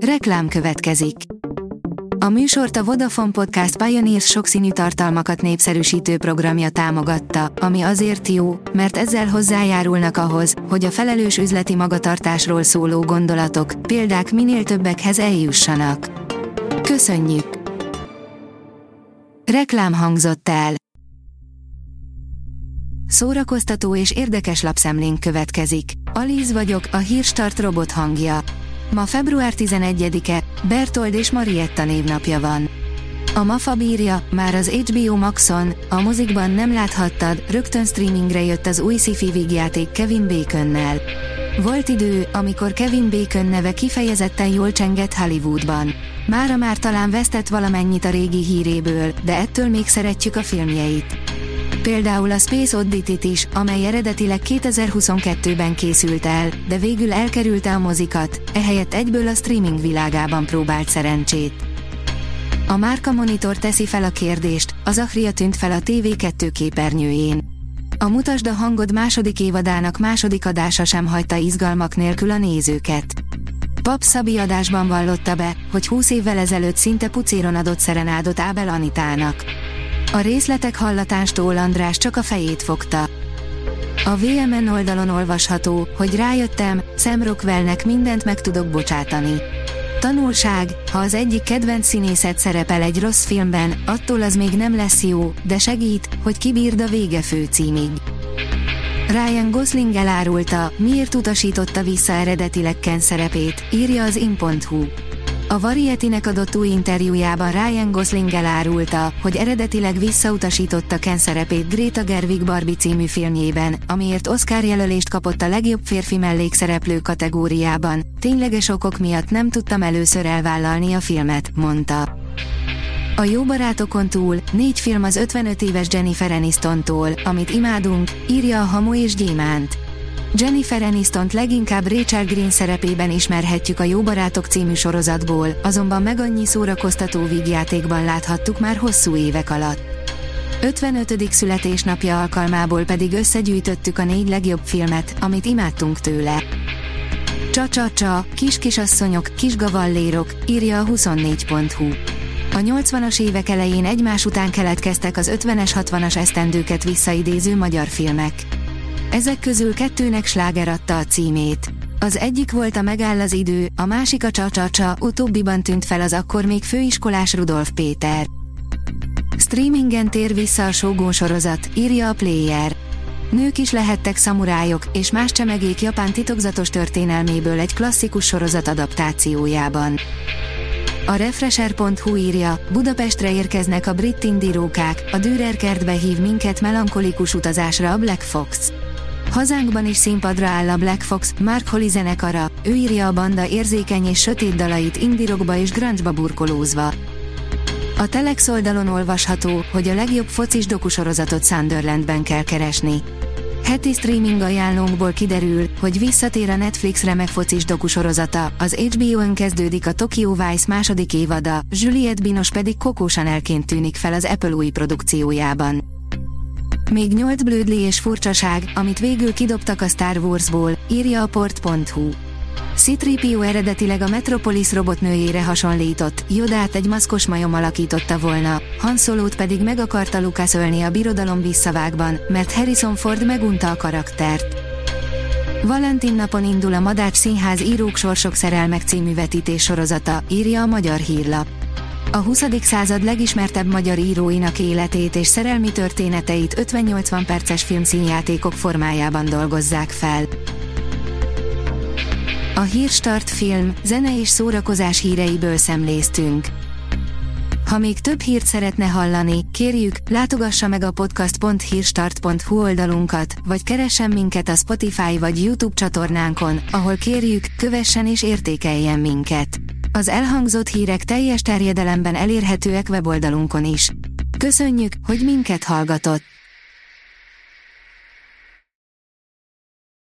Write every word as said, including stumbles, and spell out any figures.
Reklám következik. A műsort a Vodafone Podcast Pioneers sokszínű tartalmakat népszerűsítő programja támogatta, ami azért jó, mert ezzel hozzájárulnak ahhoz, hogy a felelős üzleti magatartásról szóló gondolatok, példák minél többekhez eljussanak. Köszönjük! Reklám hangzott el. Szórakoztató és érdekes lapszemlénk következik. Alíz vagyok, a Hírstart robot hangja. Ma február tizenegyedike, Bertold és Marietta névnapja van. A MAFA bírja, már az há bé o Maxon, a mozikban nem láthattad, rögtön streamingre jött az új sci-fi vígjáték Kevin Baconnel. Volt idő, amikor Kevin Bacon neve kifejezetten jól csengett Hollywoodban. Mára már talán vesztett valamennyit a régi híréből, de ettől még szeretjük a filmjeit. Például a Space Oddity-t is, amely eredetileg kétezer-huszonkettőben készült el, de végül elkerülte a mozikat, ehelyett egyből a streaming világában próbált szerencsét. A Márka Monitor teszi fel a kérdést, az Achria tűnt fel a té vé kettő képernyőjén. A Mutasd a hangod második évadának második adása sem hagyta izgalmak nélkül a nézőket. Pap Szabi adásban vallotta be, hogy húsz évvel ezelőtt szinte pucéron adott szerenádot Ábel Anitának. A részletek hallatán Stól András csak a fejét fogta. A vé em en oldalon olvasható, hogy rájöttem, Sam Rockwellnek mindent meg tudok bocsátani. Tanulság, ha az egyik kedvenc színészet szerepel egy rossz filmben, attól az még nem lesz jó, de segít, hogy kibírd a vége főcímig. Ryan Gosling elárulta, miért utasította vissza eredetileg Ken szerepét, írja az in pont hu. A Variety-nek adott új interjújában Ryan Gosling elárulta, hogy eredetileg visszautasította Ken szerepét Greta Gerwig Barbie című filmjében, amiért Oscar jelölést kapott a legjobb férfi mellékszereplő kategóriában. Tényleges okok miatt nem tudtam először elvállalni a filmet, mondta. A Jó barátokon túl, négy film az ötvenöt éves Jennifer Anistontól, amit imádunk, írja a Hamu és Gyémánt. Jennifer Anistont leginkább Rachel Green szerepében ismerhetjük a Jó barátok című sorozatból, azonban meg annyi szórakoztató vígjátékban láthattuk már hosszú évek alatt. ötvenötödik születésnapja alkalmából pedig összegyűjtöttük a négy legjobb filmet, amit imádtunk tőle. Csa-csa-csa, kis-kisasszonyok, kisgavallérok, írja a huszonnégy pont hu. A nyolcvanas évek elején egymás után keletkeztek az ötvenes hatvanas esztendőket visszaidéző magyar filmek. Ezek közül kettőnek sláger adta a címét. Az egyik volt a Megáll az idő, a másik a Csa-csa-csa, utóbbiban tűnt fel az akkor még főiskolás Rudolf Péter. Streamingen tér vissza a Shogun sorozat, írja a Player. Nők is lehettek szamurájok, és más csemegék Japán titokzatos történelméből egy klasszikus sorozat adaptációjában. A Refresher pont hu írja, Budapestre érkeznek a brit indírókák, a Dürer kertbe hív minket melankolikus utazásra a Black Fox. Hazánkban is színpadra áll a Black Fox, Mark Holy zenekara, ő írja a banda érzékeny és sötét dalait indie-rockba és grunge-ba burkolózva. A Telex oldalon olvasható, hogy a legjobb focis dokusorozatot Sunderlandben kell keresni. Heti streaming ajánlónkból kiderül, hogy visszatér a Netflix remek focis dokusorozata, az há bé ó-n kezdődik a Tokyo Vice második évada, Juliette Binoche pedig Coco Chanelként tűnik fel az Apple új produkciójában. Még nyolc blödli és furcsaság, amit végül kidobtak a Star Warsból, írja a port pont hu. cé három pé o eredetileg a Metropolis robotnőjére hasonlított, Yodát egy maszkos majom alakította volna, Han Solót pedig meg akarta Lucas ölni a Birodalom visszavágban, mert Harrison Ford megunta a karaktert. Valentin napon indul a Madács Színház Írók Sorsok Szerelmek című vetítés sorozata, írja a Magyar Hírlap. A huszadik század legismertebb magyar íróinak életét és szerelmi történeteit ötven-nyolcvan perces filmszínjátékok formájában dolgozzák fel. A Hírstart film, zene és szórakozás híreiből szemléztünk. Ha még több hírt szeretne hallani, kérjük, látogassa meg a podcast pont hírstart pont hu oldalunkat, vagy keressen minket a Spotify vagy YouTube csatornánkon, ahol kérjük, kövessen és értékeljen minket. Az elhangzott hírek teljes terjedelemben elérhetőek weboldalunkon is. Köszönjük, hogy minket hallgatott!